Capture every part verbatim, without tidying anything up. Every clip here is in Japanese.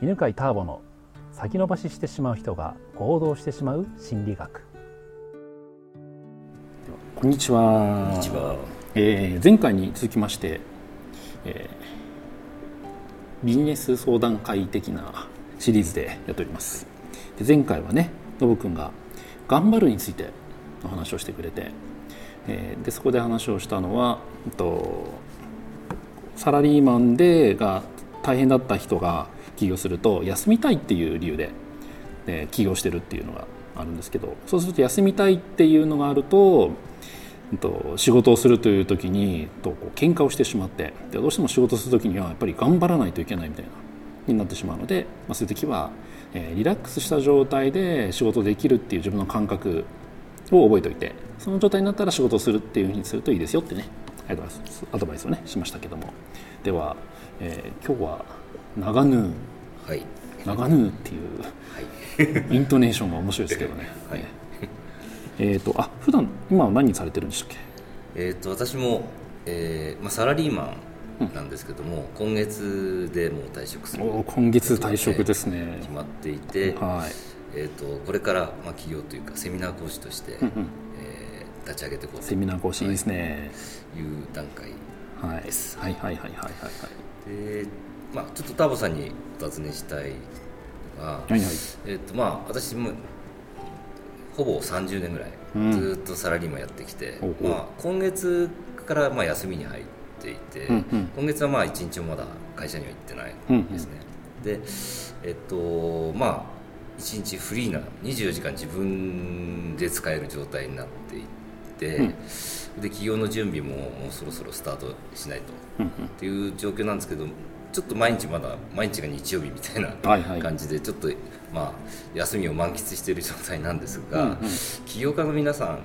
犬飼ターボの先延ばししてしまう人が行動してしまう心理学。こんにちは。 こんにちは。 えー、前回に続きまして、えー、ビジネス相談会的なシリーズでやっております。で前回はね、のぶくんが頑張るについての話をしてくれて、えー、でそこで話をしたのは、えっと、サラリーマンでが大変だった人が起業すると休みたいっていう理由で、えー、起業してるっていうのがあるんですけど、そうすると休みたいっていうのがあると、えっと、仕事をするという時にとこう喧嘩をしてしまって、でどうしても仕事する時にはやっぱり頑張らないといけないみたいなになってしまうので、まあ、そういう時は、えー、リラックスした状態で仕事できるっていう自分の感覚を覚えておいて、その状態になったら仕事をするっていうふうにするといいですよってね、アドバイス、アドバイスをねしましたけども、では、えー、今日は長ヌー、 はい、 長ヌーっていう、はい、イントネーションが面白いですけどね、はい、えーとあ普段今は何されてるんでしたっけ？ えーと私も、えーまあ、サラリーマンなんですけども、うん、今月でもう退職する、 お今月退職ですね、 決まっていて、 はい、 えーとこれから、まあ、企業というかセミナー講師として、うんうん、えー、立ち上げていこうとセミナー講師ですね、 いう段階です、 はい、はいはいはいはいはいで、まあ、ちょっとターボさんにお尋ねしたいのが、はいはい、えーとまあ、私もほぼさんじゅうねんぐらいずっとサラリーマンやってきて、うん、まあ、今月からまあ休みに入っていて、うんうん、今月はまあいちにちもまだ会社には行ってないんですね、うんうん、で、えっとまあいちにちフリーなにじゅうよじかん自分で使える状態になっていって、うん、で企業の準備ももうそろそろスタートしないと、うんうん、っていう状況なんですけど、ちょっと毎日まだ毎日が日曜日みたいな感じでちょっと、まあ、休みを満喫している状態なんですが、うんうん、起業家の皆さんって、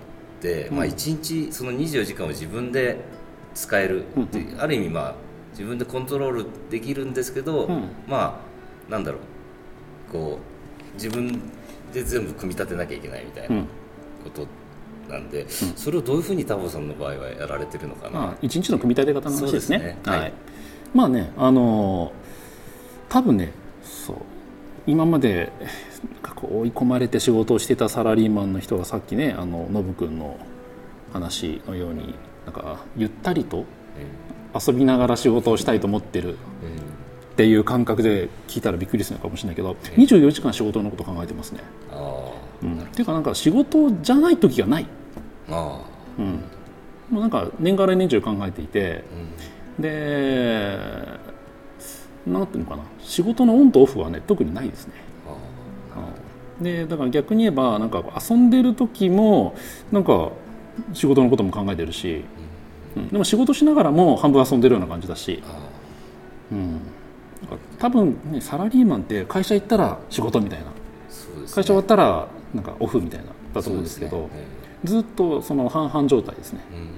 まあ、いちにちそのにじゅうよじかんを自分で使えるっていう、うん、ある意味、まあ、自分でコントロールできるんですけど、うん、まあなんだろう、こう自分で全部組み立てなきゃいけないみたいなことなんで、うん、それをどういうふうにタボさんの場合はやられてるのかな。 まあ、いちにちの組み立て方の話ですね。 そうですね、はい、 はい、まあね、あの多分ね、そう今までこう追い込まれて仕事をしてたサラリーマンの人がさっきね、あのノブ君の話のようになんかゆったりと遊びながら仕事をしたいと思ってるっていう感覚で聞いたらびっくりするのかもしれないけど、にじゅうよじかん仕事のこと考えてますね。あ、うん、っていうかなんか仕事じゃない時がない。あ、うん、もうなんか年がら年中考えていて、うん、でなんていうのかな、仕事のオンとオフはね特にないですね。あ、でだから逆に言えばなんか遊んでる時もなんか仕事のことも考えてるし、うん、でも仕事しながらも半分遊んでるような感じだし、うん、多分ねサラリーマンって会社行ったら仕事みたいな、そうですね、会社終わったらなんかオフみたいなだと思うんですけど、ね、ずっとその半々状態ですね、うんうん、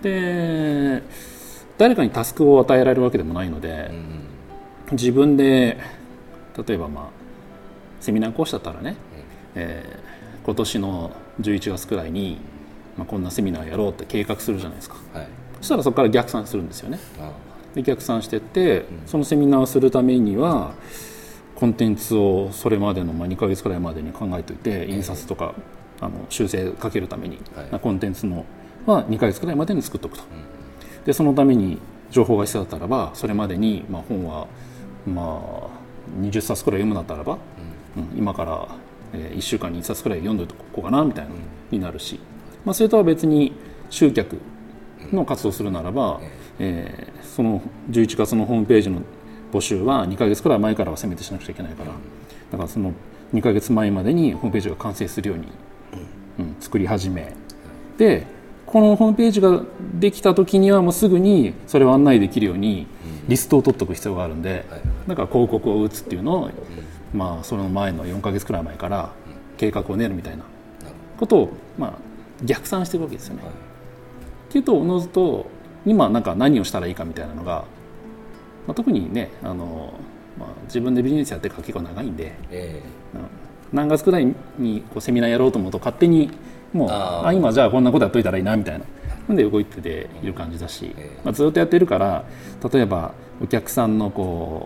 で誰かにタスクを与えられるわけでもないので、うん、自分で例えば、まあ、セミナー講師だったらね、うん、えー、今年のじゅういちがつくらいに、まあ、こんなセミナーやろうって計画するじゃないですか、はい、そしたらそこから逆算するんですよね。ああ、で逆算していって、うん、そのセミナーをするためにはコンテンツをそれまでの、まあ、にかげつくらいまでに考えておいて、印刷とかあの修正かけるために、はい、コンテンツのはにかげつくらいまでに作っておくと、うん、でそのために情報が必要だったらばそれまでに、まあ、本は、まあ、にじゅっさつくらい読むんだったらば、うんうん、今から、えー、いっしゅうかんにいっさつくらい読んでおこうかなみたいな、うん、になるし、まあ、それとは別に集客の活動するならば、うん、えー、そのじゅういちがつのホームページの募集はにかげつくらい前からは攻めてしなくちゃいけないから、だからそのにかげつまえまでにホームページが完成するように、うん、作り始めで、このホームページができた時にはもうすぐにそれを案内できるようにリストを取っておく必要があるんで、だから広告を打つっていうのを、まあ、その前のよんかげつくらい前から計画を練るみたいなことを、まあ、逆算していくわけですよね。っていうとおのずと今なんか何をしたらいいかみたいなのが、まあ、特にね、あの、まあ、自分でビジネスやってるから結構長いんで、えーうん、何月くらいにこうセミナーやろうと思うと勝手にもうああ今じゃあこんなことやっといたらいいなみたいなので動いている感じだし、まあ、ずっとやってるから、例えばお客さんのこ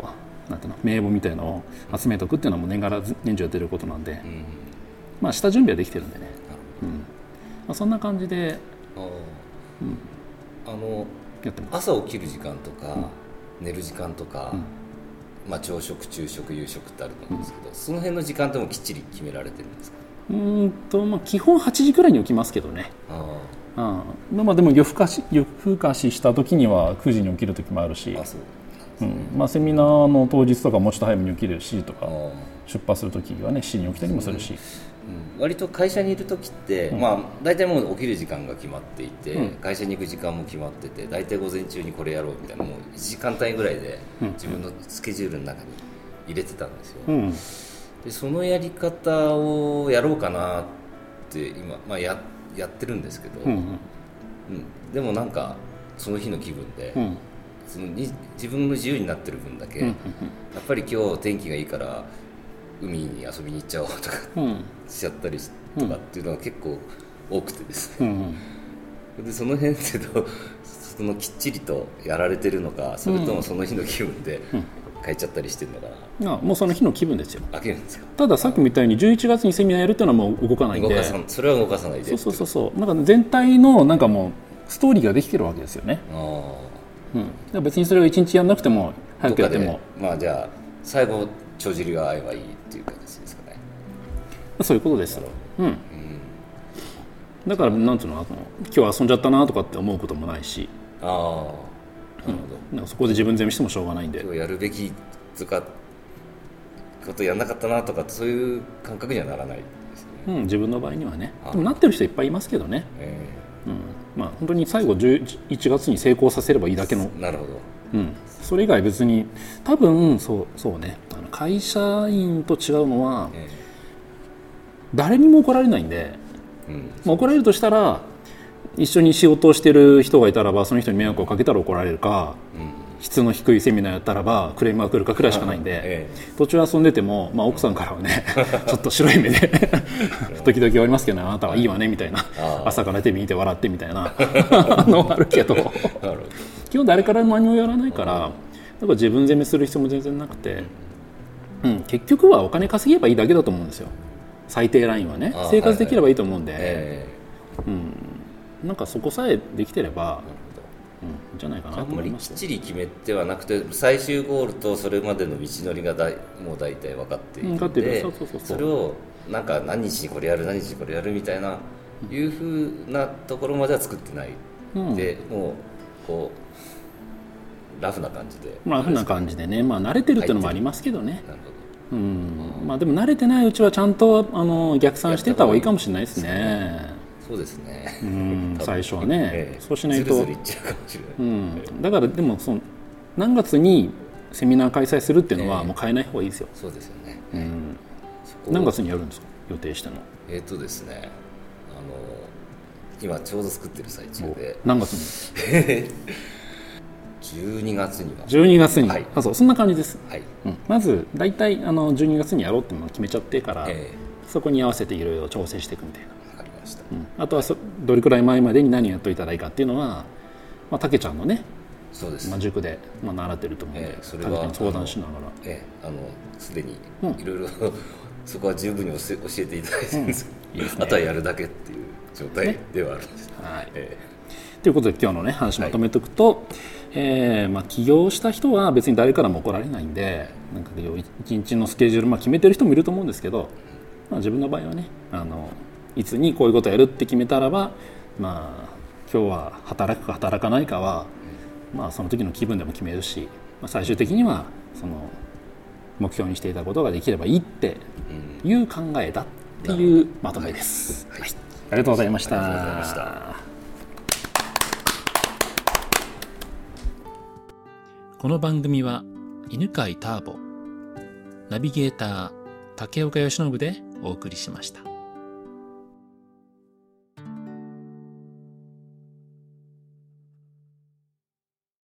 なんていうの名簿みたいなのを集めておくっていうのはもう年がら年中やってることなんで、 うん、 まあ下準備はできてるんでね、うんまあ、そんな感じで、 あ、うん、あのやってます。 朝起きる時間とか、うん、寝る時間とか、うんまあ、朝食中食夕食ってあると思うんですけど、うん、その辺の時間でもきっちり決められてるんですか？ うんと、まあ、基本はちじくらいに起きますけどね。あああまあ、でも夜更かし夜更かしした時にはくじに起きる時もあるし、あそううんまあ、セミナーの当日とかもうちょっと早めに起きるしとか、出発する時はねしちじに起きたりもするし、 うん、割と会社にいる時って、うんまあ、大体もう起きる時間が決まっていて、うん、会社に行く時間も決まってて大体午前中にこれやろうみたいなもういちじかん単位ぐらいで自分のスケジュールの中に入れてたんですよ、うん、でそのやり方をやろうかなって今、まあ、や, やってるんですけど、うんうんうん、でもなんかその日の気分で、うんそのに自分の自由になってる分だけ、うんうんうん、やっぱり今日天気がいいから海に遊びに行っちゃおうとか、うん、しちゃったりとかっていうのが結構多くてですね、うんうん、でその辺ってどそのきっちりとやられてるのかそれともその日の気分で変えちゃったりしてるのかな、 うん、もうその日の気分ですよ。 あ気分ですか。 たださっきみたいにじゅういちがつにセミナーやるっていうのはもう動かないんで動かさそれは動かさないでそうそうそうなんか全体のなんかもうストーリーができてるわけですよね。あうん、別にそれをいちにちやんなくても早くやってもまあじゃあ最後帳尻が合えばいいっていう形ですかね。 そういうことです。うん、うん、だからなんていうの今日遊んじゃったなとかって思うこともないしああなるほど、うん、なんかそこで自分責めしてもしょうがないんで今日やるべきとかことやんなかったなとかってそういう感覚にはならないですね、 うん、自分の場合にはね。でもなってる人いっぱいいますけどね、えーうんまあ、本当に最後じゅういちがつに成功させればいいだけのなるほど、 うん、それ以外別に多分そうそうねあの会社員と違うのは、ええ、誰にも怒られないんで、うんまあ、怒られるとしたら一緒に仕事をしてる人がいたらばその人に迷惑をかけたら怒られるか、うん質の低いセミナーやったらばクレームが来るかくらいしかないんで、ええ、途中遊んでても、まあ、奥さんからはねちょっと白い目で時々ありますけど、ね、あなたはいいわねみたいな朝からテレビ見て笑ってみたいなのあるけど基本誰からも何もやらないからだから自分責めする必要も全然なくて、うん、結局はお金稼げばいいだけだと思うんですよ。最低ラインはね生活できればいいと思うんで、はいはいえーうん、なんかそこさえできてればうん、じゃないかなと思います。 きっちり決めてはなくて最終ゴールとそれまでの道のりがだいもう大体分かっているのでそれをなんか何日にこれやる何日にこれやるみたいな、うん、いうふうなところまでは作ってない、うん、でもうこうラフな感じでラフな感じでね、まあ、慣れてるっていうのもありますけどね。なるほど、うんまあ、でも慣れてないうちはちゃんとあの逆算してた方がいいかもしれないですね。 そうですね。 うん最初はね、ええ、そうしないとずるずるいっちゃうかもしれない、 うん、だからでもその何月にセミナー開催するっていうのはもう変えない方がいいですよ、 えー、そうですよね、 うん、何月にやるんですか予定したの。 えっ、ー、とですねあの今ちょうど作ってる最中で何月にじゅうにがつにはじゅうにがつに、はい、あそうそんな感じです、 はいうん、まず大体あのじゅうにがつにやろうっていうのを決めちゃってから、えー、そこに合わせていろいろ調整していくみたいな。うん、あとはそどれくらい前までに何をやっといたらいいかっていうのは、まあ、たけちゃんのねそうです、 まあ、塾で、まあ、習ってると思うので、えー、それはたけちゃんに相談しながらえー、あのすでにいろいろそこは十分に教えていただいてるんです、うんいいですね、あとはやるだけっていう状態ではあるんです、ねはいえー、ということで今日のね話まとめておくと、はいえーまあ、起業した人は別に誰からも怒られないんでなんか一日のスケジュール、まあ、決めてる人もいると思うんですけど、まあ、自分の場合はねあのいつにこういうことをやるって決めたらば、まあ、今日は働くか働かないかは、まあ、その時の気分でも決めるし、まあ、最終的にはその目標にしていたことができればいいっていう考えだっていうまとめです、はいはい、ありがとうございました。ありがとうございました。この番組は犬飼ターボナビゲーター竹岡由伸でお送りしました。